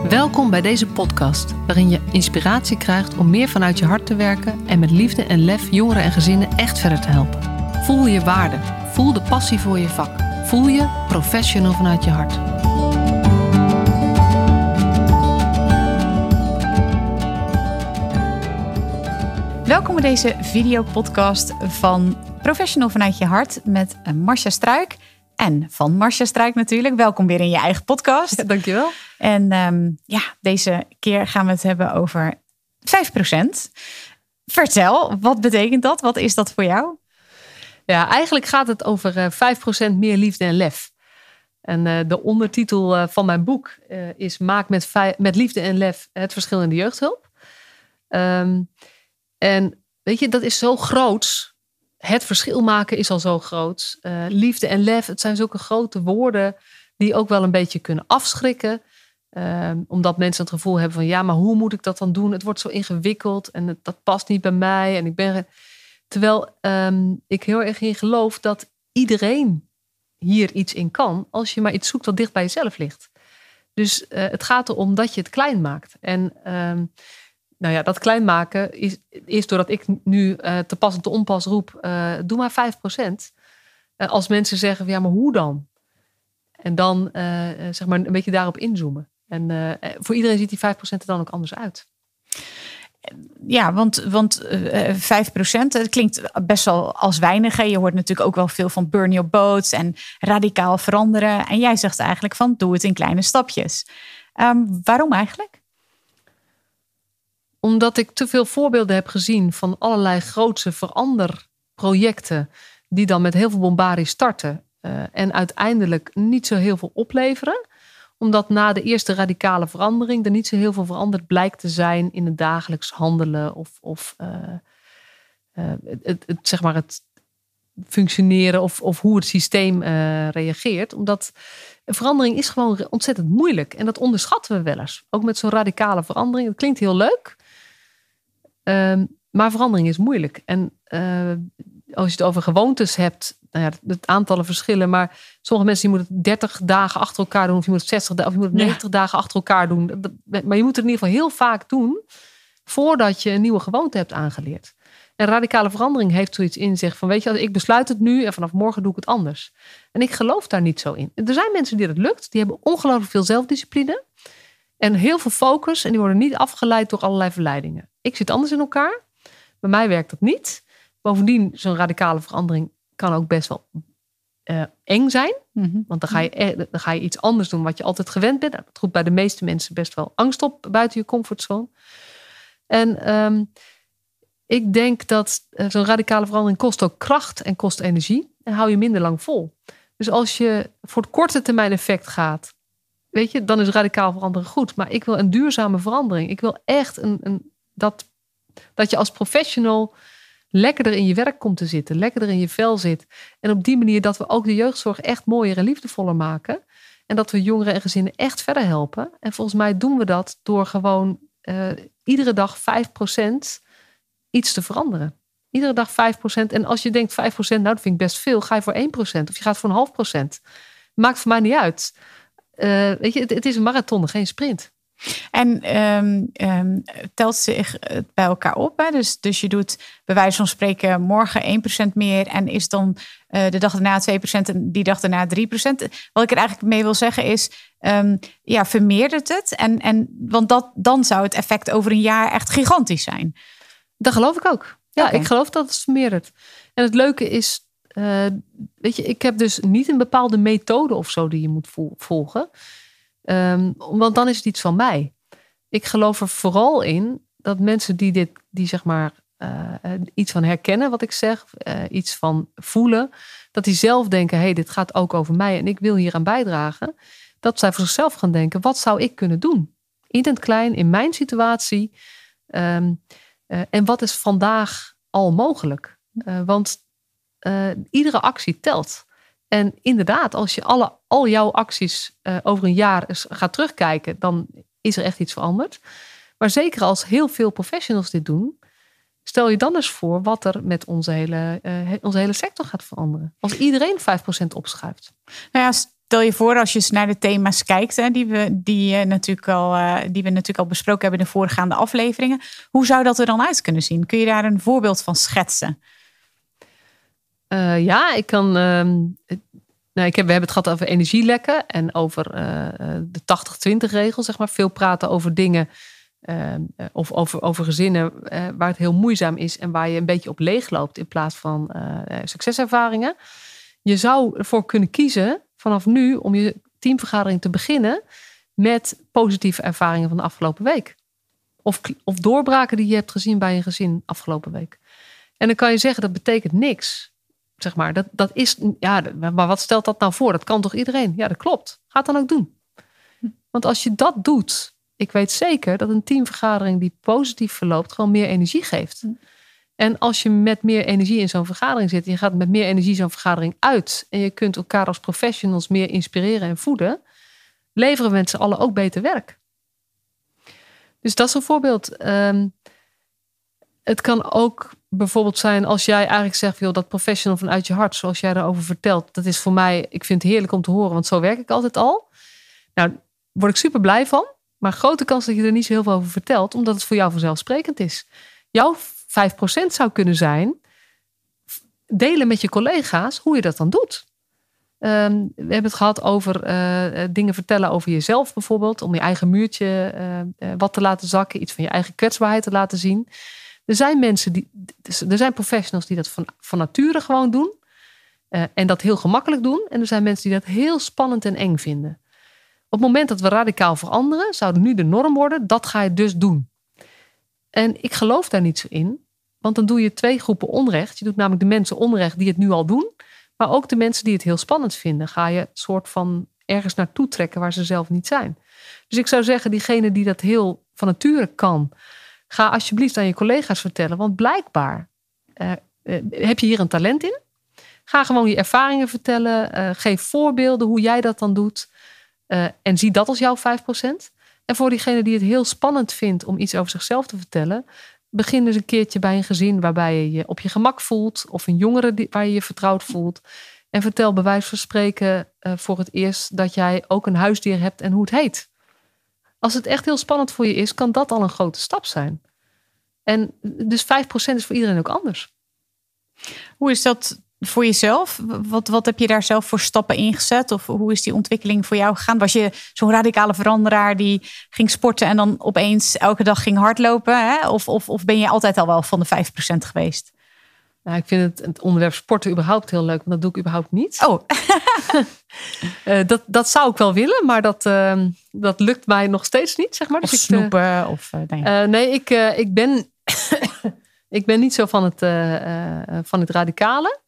Welkom bij deze podcast, waarin je inspiratie krijgt om meer vanuit je hart te werken en met liefde en lef jongeren en gezinnen echt verder te helpen. Voel je waarde, voel de passie voor je vak, voel je professional vanuit je hart. Welkom bij deze videopodcast van Professional vanuit je hart met Marcia Struik. En van Marcia Struik natuurlijk. Welkom weer in je eigen podcast. Ja, dankjewel. En deze keer gaan we het hebben over 5%. Vertel, wat betekent dat? Wat is dat voor jou? Ja, eigenlijk gaat het over 5% meer liefde en lef. En de ondertitel van mijn boek is Maak met liefde en lef het verschil in de jeugdhulp. En weet je, dat is zo groots. Het verschil maken is al zo groot. Liefde en lef, het zijn zulke grote woorden die ook wel een beetje kunnen afschrikken. Omdat mensen het gevoel hebben van ja, maar hoe moet ik dat dan doen? Het wordt zo ingewikkeld en dat past niet bij mij. En ik ben terwijl ik heel erg in geloof dat iedereen hier iets in kan als je maar iets zoekt wat dicht bij jezelf ligt. Dus het gaat erom dat je het klein maakt. En dat klein maken is doordat ik nu te pas en te onpas roep, doe maar 5%. Als mensen zeggen, ja, maar hoe dan? En dan zeg maar een beetje daarop inzoomen. En voor iedereen ziet die 5% er dan ook anders uit. Ja, want 5%, het klinkt best wel als weinig. Hè? Je hoort natuurlijk ook wel veel van burn your boats en radicaal veranderen. En jij zegt eigenlijk van doe het in kleine stapjes. Waarom eigenlijk? Omdat ik te veel voorbeelden heb gezien van allerlei grootse veranderprojecten die dan met heel veel bombardie starten en uiteindelijk niet zo heel veel opleveren. Omdat na de eerste radicale verandering er niet zo heel veel veranderd blijkt te zijn in het dagelijks handelen of het functioneren of hoe het systeem reageert. Omdat verandering is gewoon ontzettend moeilijk en dat onderschatten we wel eens. Ook met zo'n radicale verandering. Het klinkt heel leuk. Maar verandering is moeilijk. En als je het over gewoontes hebt, het aantallen verschillen. Maar sommige mensen die moeten het 30 dagen achter elkaar doen. Of je moet het 60 dagen, of je moet het 90 dagen achter elkaar doen. Maar je moet het in ieder geval heel vaak doen voordat je een nieuwe gewoonte hebt aangeleerd. En radicale verandering heeft zoiets in zich van, weet je, ik besluit het nu en vanaf morgen doe ik het anders. En ik geloof daar niet zo in. Er zijn mensen die dat lukt. Die hebben ongelooflijk veel zelfdiscipline. En heel veel focus. En die worden niet afgeleid door allerlei verleidingen. Ik zit anders in elkaar. Bij mij werkt dat niet. Bovendien, zo'n radicale verandering kan ook best wel eng zijn. Mm-hmm. Want dan ga je iets anders doen wat je altijd gewend bent. Dat roept bij de meeste mensen best wel angst op buiten je comfortzone. En ik denk dat zo'n radicale verandering kost ook kracht en kost energie. En hou je minder lang vol. Dus als je voor het korte termijn effect gaat, weet je, dan is radicaal veranderen goed. Maar ik wil een duurzame verandering. Ik wil echt dat je als professional lekkerder in je werk komt te zitten. Lekkerder in je vel zit. En op die manier dat we ook de jeugdzorg echt mooier en liefdevoller maken. En dat we jongeren en gezinnen echt verder helpen. En volgens mij doen we dat door gewoon iedere dag 5% iets te veranderen. Iedere dag 5%. En als je denkt 5%, nou dat vind ik best veel. Ga je voor 1% of je gaat voor 0,5%. Maakt voor mij niet uit. Weet je, het is een marathon, geen sprint. En telt zich bij elkaar op. Hè? Dus je doet bij wijze van spreken morgen 1% meer. En is dan de dag daarna 2% en die dag daarna 3%. Wat ik er eigenlijk mee wil zeggen is, vermeerdert het. Want dan zou het effect over een jaar echt gigantisch zijn. Dat geloof ik ook. Ja, Okay. Ik geloof dat het vermeerdert. En het leuke is, weet je, ik heb dus niet een bepaalde methode of zo die je moet volgen. Want dan is het iets van mij. Ik geloof er vooral in dat mensen die zeg maar iets van herkennen wat ik zeg, iets van voelen, dat die zelf denken, hey, dit gaat ook over mij en ik wil hier aan bijdragen. Dat zij voor zichzelf gaan denken, wat zou ik kunnen doen? In het klein, in mijn situatie. En wat is vandaag al mogelijk? Want iedere actie telt. En inderdaad, als je al jouw acties over een jaar eens gaat terugkijken, dan is er echt iets veranderd. Maar zeker als heel veel professionals dit doen, stel je dan eens voor wat er met onze hele sector gaat veranderen. Als iedereen 5% opschuift. Nou ja, Stel je voor, als je eens naar de thema's kijkt, hè, die we natuurlijk al besproken hebben in de voorgaande afleveringen. Hoe zou dat er dan uit kunnen zien? Kun je daar een voorbeeld van schetsen? Ja, ik kan. We hebben het gehad over energielekken en over de 80-20 regel, zeg maar. Veel praten over dingen of over gezinnen waar het heel moeizaam is en waar je een beetje op leeg loopt in plaats van succeservaringen. Je zou ervoor kunnen kiezen vanaf nu om je teamvergadering te beginnen met positieve ervaringen van de afgelopen week. Of doorbraken die je hebt gezien bij een gezin afgelopen week. En dan kan je zeggen, dat betekent niks. Zeg maar, dat is, ja, maar wat stelt dat nou voor? Dat kan toch iedereen? Ja, dat klopt. Ga het dan ook doen. Want als je dat doet, ik weet zeker dat een teamvergadering die positief verloopt gewoon meer energie geeft. En als je met meer energie in zo'n vergadering zit, je gaat met meer energie zo'n vergadering uit en je kunt elkaar als professionals meer inspireren en voeden, leveren we met z'n allen ook beter werk. Dus dat is een voorbeeld. Het kan ook bijvoorbeeld zijn als jij eigenlijk zegt, joh, dat professional vanuit je hart, zoals jij daarover vertelt, dat is voor mij, ik vind het heerlijk om te horen, want zo werk ik altijd al. Nou, daar word ik super blij van, maar grote kans dat je er niet zo heel veel over vertelt, omdat het voor jou vanzelfsprekend is. Jouw 5% zou kunnen zijn, delen met je collega's hoe je dat dan doet. We hebben het gehad over dingen vertellen over jezelf bijvoorbeeld, om je eigen muurtje wat te laten zakken, iets van je eigen kwetsbaarheid te laten zien. Er zijn professionals die dat van nature gewoon doen. En dat heel gemakkelijk doen. En er zijn mensen die dat heel spannend en eng vinden. Op het moment dat we radicaal veranderen, zou het nu de norm worden. Dat ga je dus doen. En ik geloof daar niet zo in. Want dan doe je 2 groepen onrecht. Je doet namelijk de mensen onrecht die het nu al doen. Maar ook de mensen die het heel spannend vinden. Ga je soort van ergens naartoe trekken waar ze zelf niet zijn. Dus ik zou zeggen, diegene die dat heel van nature kan, ga alsjeblieft aan je collega's vertellen. Want blijkbaar heb je hier een talent in. Ga gewoon je ervaringen vertellen. Geef voorbeelden hoe jij dat dan doet. En zie dat als jouw 5%. En voor diegene die het heel spannend vindt om iets over zichzelf te vertellen, begin dus een keertje bij een gezin waarbij je je op je gemak voelt. Of een jongere waar je je vertrouwd voelt. En vertel bij wijze van spreken voor het eerst dat jij ook een huisdier hebt en hoe het heet. Als het echt heel spannend voor je is, kan dat al een grote stap zijn. En dus 5% is voor iedereen ook anders. Hoe is dat voor jezelf? Wat heb je daar zelf voor stappen ingezet? Of hoe is die ontwikkeling voor jou gegaan? Was je zo'n radicale veranderaar die ging sporten en dan opeens elke dag ging hardlopen? Hè? Of ben je altijd al wel van de 5% geweest? Nou, ik vind het onderwerp sporten überhaupt heel leuk, want dat doe ik überhaupt niet. Oh. Dat zou ik wel willen, maar dat lukt mij nog steeds niet, zeg maar. Of dus snoepen? Nee, ik ben ik ben niet zo van het radicale.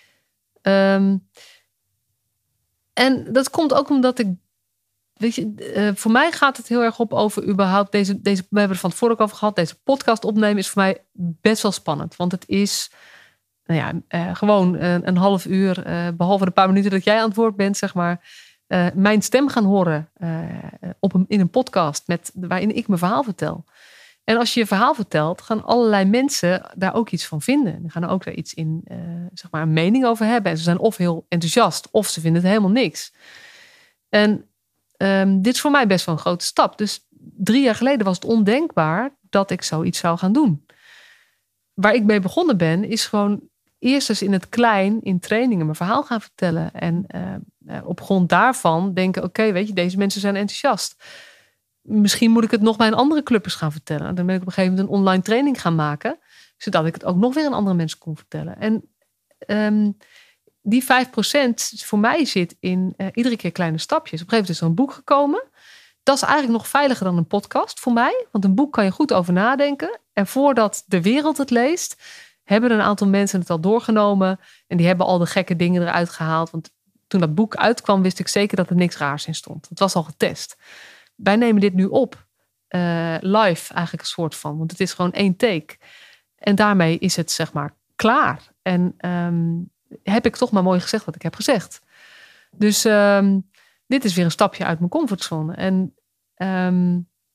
En dat komt ook omdat ik, weet je, voor mij gaat het heel erg op over überhaupt deze. We hebben het van tevoren ook over gehad. Deze podcast opnemen is voor mij best wel spannend, want het is gewoon een half uur, behalve de paar minuten dat jij aan het woord bent, zeg maar, mijn stem gaan horen in een podcast waarin ik mijn verhaal vertel. En als je je verhaal vertelt, gaan allerlei mensen daar ook iets van vinden. Die gaan er ook daar iets in, zeg maar, een mening over hebben. En ze zijn of heel enthousiast, of ze vinden het helemaal niks. En dit is voor mij best wel een grote stap. Dus 3 jaar geleden was het ondenkbaar dat ik zoiets zou gaan doen. Waar ik mee begonnen ben, is gewoon eerst eens in het klein, in trainingen, mijn verhaal gaan vertellen. En op grond daarvan denken, oké, weet je, deze mensen zijn enthousiast. Misschien moet ik het nog bij een andere club eens gaan vertellen. En dan ben ik op een gegeven moment een online training gaan maken, zodat ik het ook nog weer aan andere mensen kon vertellen. En die 5% voor mij zit in iedere keer kleine stapjes. Op een gegeven moment is er een boek gekomen. Dat is eigenlijk nog veiliger dan een podcast voor mij. Want een boek kan je goed over nadenken. En voordat de wereld het leest, hebben er een aantal mensen het al doorgenomen. En die hebben al de gekke dingen eruit gehaald. Want toen dat boek uitkwam, wist ik zeker dat er niks raars in stond. Het was al getest. Wij nemen dit nu op. Live eigenlijk een soort van. Want het is gewoon 1 take. En daarmee is het, zeg maar, klaar. En heb ik toch maar mooi gezegd wat ik heb gezegd. Dus dit is weer een stapje uit mijn comfortzone. En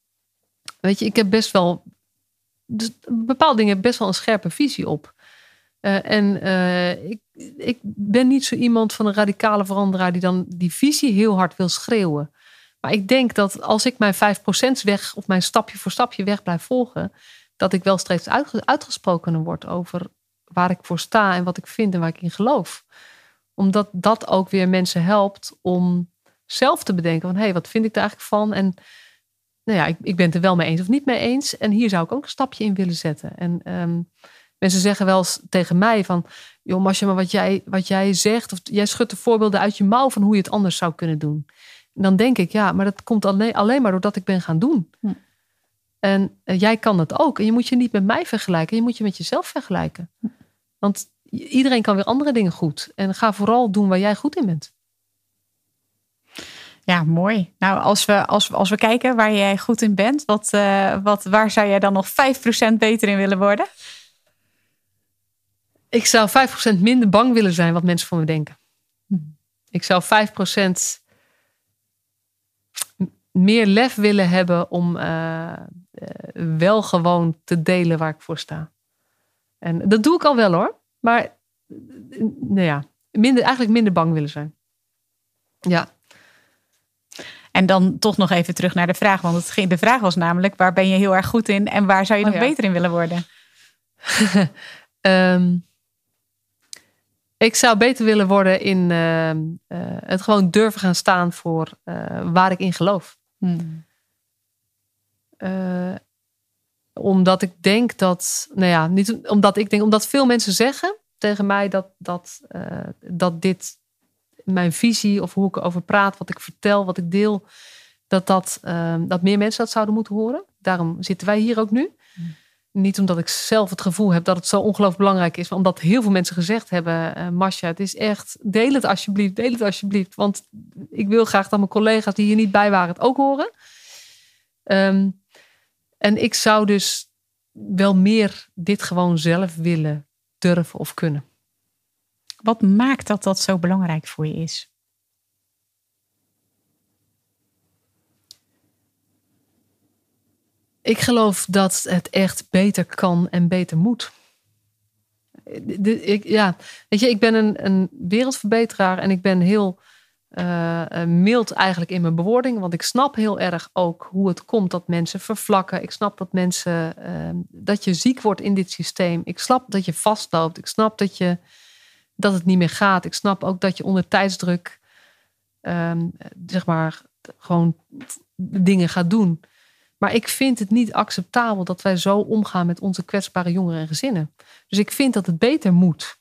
weet je, ik heb best wel, dus bepaalde dingen best wel een scherpe visie op. Ik ben niet zo iemand van een radicale veranderaar die dan die visie heel hard wil schreeuwen. Maar ik denk dat als ik mijn 5% weg of mijn stapje voor stapje weg blijf volgen, dat ik wel steeds uitgesprokener word over waar ik voor sta en wat ik vind en waar ik in geloof. Omdat dat ook weer mensen helpt om zelf te bedenken van wat vind ik er eigenlijk van? En nou ja, ik ben het er wel mee eens of niet mee eens. En hier zou ik ook een stapje in willen zetten. En mensen zeggen wel eens tegen mij van, joh Masha, maar wat jij zegt, of jij schudt de voorbeelden uit je mouw van hoe je het anders zou kunnen doen. En dan denk ik, ja, maar dat komt alleen maar doordat ik ben gaan doen. En jij kan dat ook. En je moet je niet met mij vergelijken. Je moet je met jezelf vergelijken. Want iedereen kan weer andere dingen goed. En ga vooral doen waar jij goed in bent. Ja, mooi. Nou, als we kijken waar jij goed in bent, waar zou jij dan nog 5% beter in willen worden? Ik zou 5% minder bang willen zijn wat mensen van me denken. Ik zou 5% meer lef willen hebben om wel gewoon te delen waar ik voor sta. En dat doe ik al wel hoor. Maar nou ja, eigenlijk minder bang willen zijn. Ja. En dan toch nog even terug naar de vraag. Want de vraag was namelijk, waar ben je heel erg goed in en waar zou je nog beter in willen worden? Ik zou beter willen worden in het gewoon durven gaan staan voor waar ik in geloof. Omdat ik denk dat, omdat veel mensen zeggen tegen mij dat dit mijn visie of hoe ik erover praat, wat ik vertel, wat ik deel, dat meer mensen dat zouden moeten horen. Daarom zitten wij hier ook nu. Niet omdat ik zelf het gevoel heb dat het zo ongelooflijk belangrijk is, maar omdat heel veel mensen gezegd hebben, Masha, het is echt, deel het alsjeblieft. Want ik wil graag dat mijn collega's die hier niet bij waren het ook horen. En ik zou dus wel meer dit gewoon zelf willen durven of kunnen. Wat maakt dat zo belangrijk voor je is? Ik geloof dat het echt beter kan en beter moet. Weet je, ik ben een wereldverbeteraar en ik ben heel mild eigenlijk in mijn bewoording. Want ik snap heel erg ook hoe het komt dat mensen vervlakken. Ik snap dat dat je ziek wordt in dit systeem. Ik snap dat je vastloopt. Ik snap dat het niet meer gaat. Ik snap ook dat je onder tijdsdruk gewoon dingen gaat doen. Maar ik vind het niet acceptabel dat wij zo omgaan met onze kwetsbare jongeren en gezinnen. Dus ik vind dat het beter moet.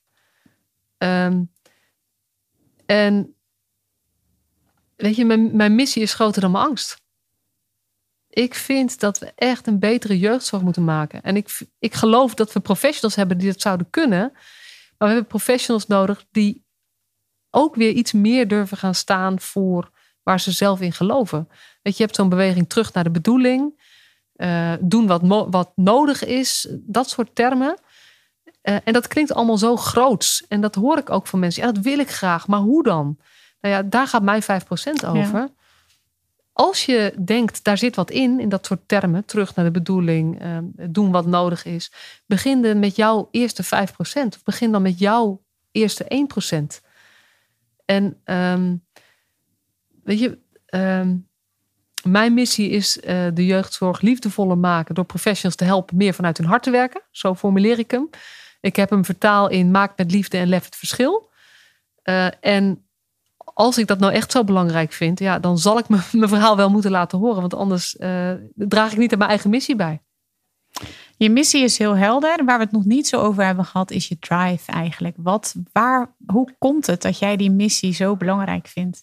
En weet je, mijn missie is groter dan mijn angst. Ik vind dat we echt een betere jeugdzorg moeten maken. En ik geloof dat we professionals hebben die dat zouden kunnen. Maar we hebben professionals nodig die ook weer iets meer durven gaan staan voor waar ze zelf in geloven. Weet je hebt zo'n beweging terug naar de bedoeling. Doen wat nodig is. Dat soort termen. En dat klinkt allemaal zo groots. En dat hoor ik ook van mensen. Ja, dat wil ik graag. Maar hoe dan? Nou ja, daar gaat mijn 5% over. Ja. Als je denkt, daar zit wat in dat soort termen. Terug naar de bedoeling. Doen wat nodig is. Begin dan met jouw eerste 5%. Of begin dan met jouw eerste 1%. En weet je, mijn missie is de jeugdzorg liefdevoller maken door professionals te helpen meer vanuit hun hart te werken. Zo formuleer ik hem. Ik heb hem vertaald in maak met liefde en lef het verschil. En als ik dat nou echt zo belangrijk vind, ja, dan zal ik mijn verhaal wel moeten laten horen. Want anders draag ik niet aan mijn eigen missie bij. Je missie is heel helder. Waar we het nog niet zo over hebben gehad, is je drive eigenlijk. Hoe komt het dat jij die missie zo belangrijk vindt?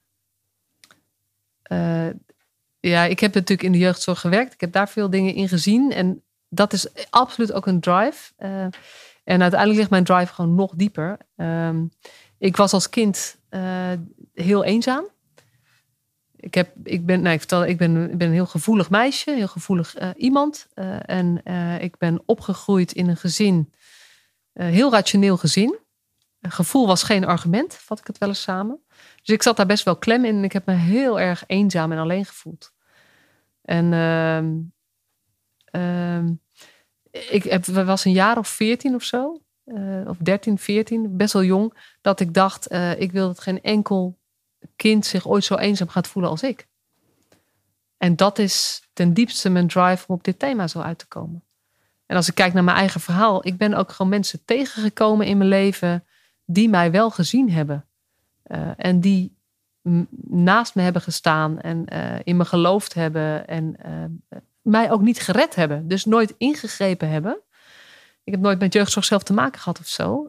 Ik heb natuurlijk in de jeugdzorg gewerkt. Ik heb daar veel dingen in gezien. En dat is absoluut ook een drive. En uiteindelijk ligt mijn drive gewoon nog dieper. Ik was als kind heel eenzaam. Ik ben een heel gevoelig meisje. Heel gevoelig iemand. Ik ben opgegroeid in een gezin. Heel rationeel gezin. Gevoel was geen argument. Vat ik het wel eens samen. Dus ik zat daar best wel klem in. En ik heb me heel erg eenzaam en alleen gevoeld. En ik was een jaar of 14 of zo. of 13, 14, best wel jong, dat ik dacht, ik wil dat geen enkel kind zich ooit zo eenzaam gaat voelen als ik. En dat is ten diepste mijn drive om op dit thema zo uit te komen. En als ik kijk naar mijn eigen verhaal, ik ben ook gewoon mensen tegengekomen in mijn leven die mij wel gezien hebben. En die naast me hebben gestaan en in me geloofd hebben en mij ook niet gered hebben. Dus nooit ingegrepen hebben. Ik heb nooit met jeugdzorg zelf te maken gehad of zo.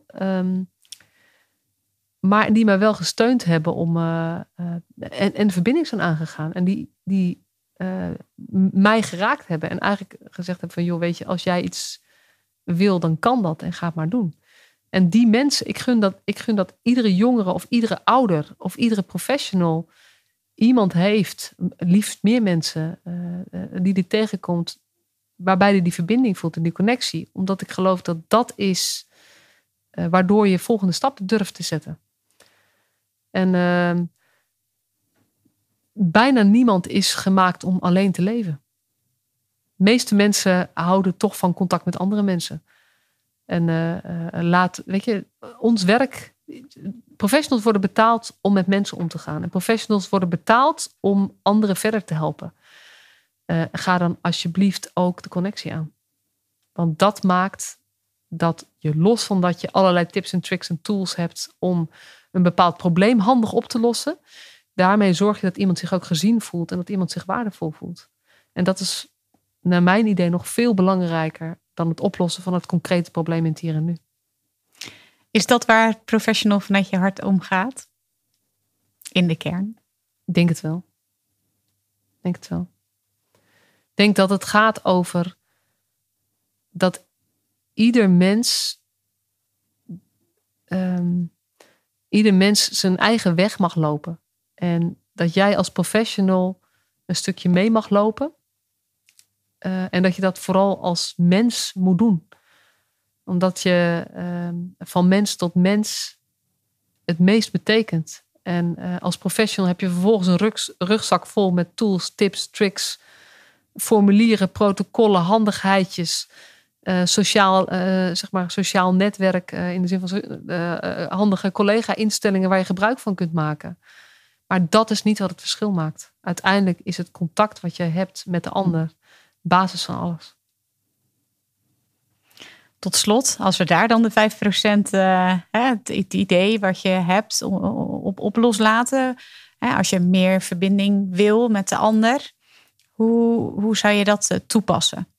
Maar die mij wel gesteund hebben om en de verbinding zijn aangegaan. En die mij geraakt hebben. En eigenlijk gezegd hebben van, joh, weet je, als jij iets wil, dan kan dat en ga het maar doen. En die mensen, ik gun dat iedere jongere of iedere ouder of iedere professional iemand heeft, liefst meer mensen, die die tegenkomt, waarbij hij die verbinding voelt en die connectie. Omdat ik geloof dat dat is waardoor je volgende stap durft te zetten. En bijna niemand is gemaakt om alleen te leven. De meeste mensen houden toch van contact met andere mensen. En weet je, ons werk, professionals worden betaald om met mensen om te gaan. En professionals worden betaald om anderen verder te helpen. Ga dan alsjeblieft ook de connectie aan. Want dat maakt dat je los van dat je allerlei tips en tricks en tools hebt om een bepaald probleem handig op te lossen. Daarmee zorg je dat iemand zich ook gezien voelt en dat iemand zich waardevol voelt. En dat is naar mijn idee nog veel belangrijker dan het oplossen van het concrete probleem in het hier en nu. Is dat waar professional vanuit je hart om gaat? In de kern? Ik denk het wel. Ik denk dat het gaat over dat ieder mens zijn eigen weg mag lopen. En dat jij als professional een stukje mee mag lopen. En dat je dat vooral als mens moet doen. Omdat je van mens tot mens het meest betekent. En als professional heb je vervolgens een rugzak vol met tools, tips, tricks, formulieren, protocollen, handigheidjes, sociaal netwerk in de zin van handige collega-instellingen waar je gebruik van kunt maken. Maar dat is niet wat het verschil maakt. Uiteindelijk is het contact wat je hebt met de ander basis van alles. Tot slot, als we daar dan de 5% het idee wat je hebt op loslaten. Als je meer verbinding wil met de ander. Hoe zou je dat toepassen?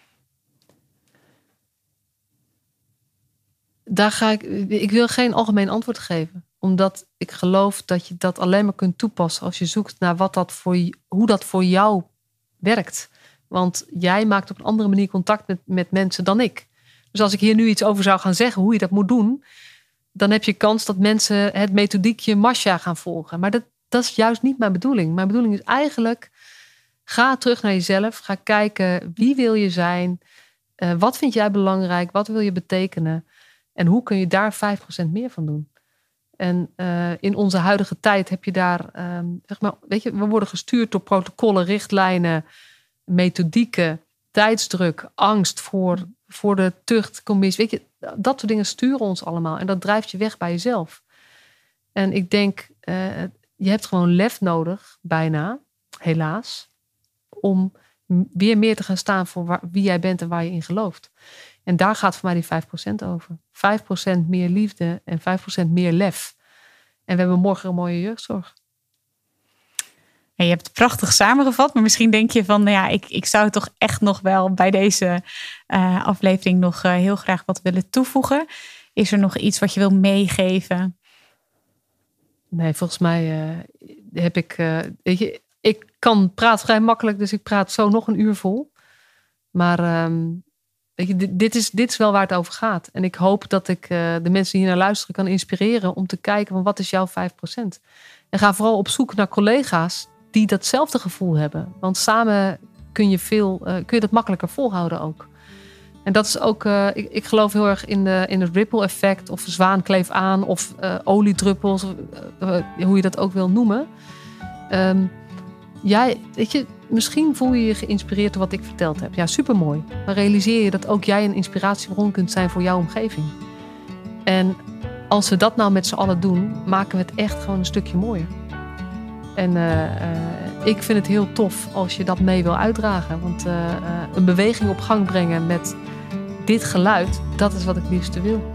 Ik wil geen algemeen antwoord geven. Omdat ik geloof dat je dat alleen maar kunt toepassen als je zoekt naar hoe dat voor jou werkt. Want jij maakt op een andere manier contact met mensen dan ik. Dus als ik hier nu iets over zou gaan zeggen hoe je dat moet doen, dan heb je kans dat mensen het methodiekje Masha gaan volgen. Maar dat is juist niet mijn bedoeling. Mijn bedoeling is eigenlijk, ga terug naar jezelf. Ga kijken, wie wil je zijn? Wat vind jij belangrijk? Wat wil je betekenen? En hoe kun je daar 5% meer van doen? En in onze huidige tijd heb je daar, weet je, we worden gestuurd door protocollen, richtlijnen, methodieken, tijdsdruk, angst voor de tuchtcommissie. Weet je, dat soort dingen sturen ons allemaal. En dat drijft je weg bij jezelf. En ik denk, je hebt gewoon lef nodig, bijna, helaas, om weer meer te gaan staan voor wie jij bent en waar je in gelooft. En daar gaat voor mij die 5% over. 5% meer liefde en 5% meer lef. En we hebben morgen een mooie jeugdzorg. En je hebt het prachtig samengevat, maar misschien denk je van, ik zou toch echt nog wel bij deze aflevering nog heel graag wat willen toevoegen. Is er nog iets wat je wil meegeven? Nee, volgens mij heb ik, ik kan praten vrij makkelijk, dus ik praat zo nog een uur vol. Maar weet je, dit is wel waar het over gaat. En ik hoop dat ik de mensen die hier naar luisteren kan inspireren om te kijken van wat is jouw 5%. En ga vooral op zoek naar collega's die datzelfde gevoel hebben. Want samen kun je dat makkelijker volhouden ook. En dat is ook, ik geloof heel erg in het ripple effect of zwaan kleef aan of oliedruppels, hoe je dat ook wil noemen. Weet je, misschien voel je je geïnspireerd door wat ik verteld heb. Ja, supermooi. Maar realiseer je dat ook jij een inspiratiebron kunt zijn voor jouw omgeving. En als we dat nou met z'n allen doen, maken we het echt gewoon een stukje mooier. En ik vind het heel tof als je dat mee wil uitdragen. Want een beweging op gang brengen met dit geluid, dat is wat ik het liefste wil.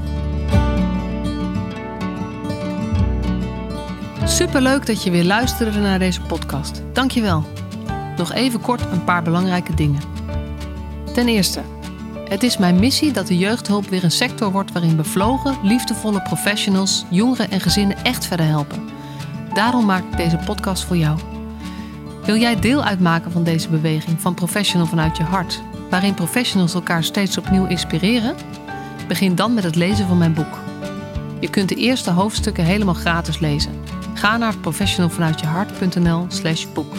Superleuk dat je weer luisterde naar deze podcast. Dank je wel. Nog even kort een paar belangrijke dingen. Ten eerste, het is mijn missie dat de jeugdhulp weer een sector wordt waarin bevlogen, liefdevolle professionals jongeren en gezinnen echt verder helpen. Daarom maak ik deze podcast voor jou. Wil jij deel uitmaken van deze beweging van Professional vanuit je hart, waarin professionals elkaar steeds opnieuw inspireren? Begin dan met het lezen van mijn boek. Je kunt de eerste hoofdstukken helemaal gratis lezen. Ga naar professionalvanuitjehart.nl/boek.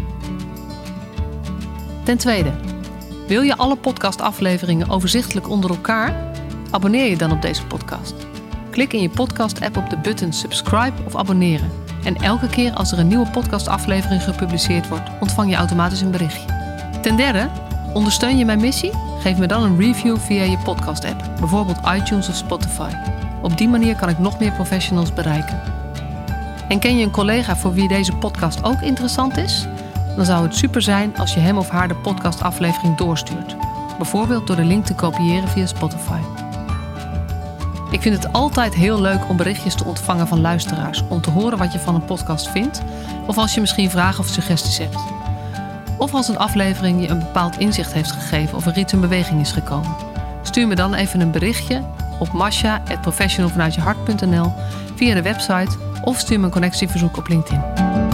Ten tweede, wil je alle podcastafleveringen overzichtelijk onder elkaar? Abonneer je dan op deze podcast. Klik in je podcast-app op de button subscribe of abonneren. En elke keer als er een nieuwe podcastaflevering gepubliceerd wordt, ontvang je automatisch een berichtje. Ten derde, ondersteun je mijn missie? Geef me dan een review via je podcast-app, bijvoorbeeld iTunes of Spotify. Op die manier kan ik nog meer professionals bereiken. En ken je een collega voor wie deze podcast ook interessant is? Dan zou het super zijn als je hem of haar de podcastaflevering doorstuurt. Bijvoorbeeld door de link te kopiëren via Spotify. Ik vind het altijd heel leuk om berichtjes te ontvangen van luisteraars, om te horen wat je van een podcast vindt, of als je misschien vragen of suggesties hebt. Of als een aflevering je een bepaald inzicht heeft gegeven of er iets in beweging is gekomen. Stuur me dan even een berichtje op masha@professionalvanuitjehart.nl via de website of stuur me een connectieverzoek op LinkedIn.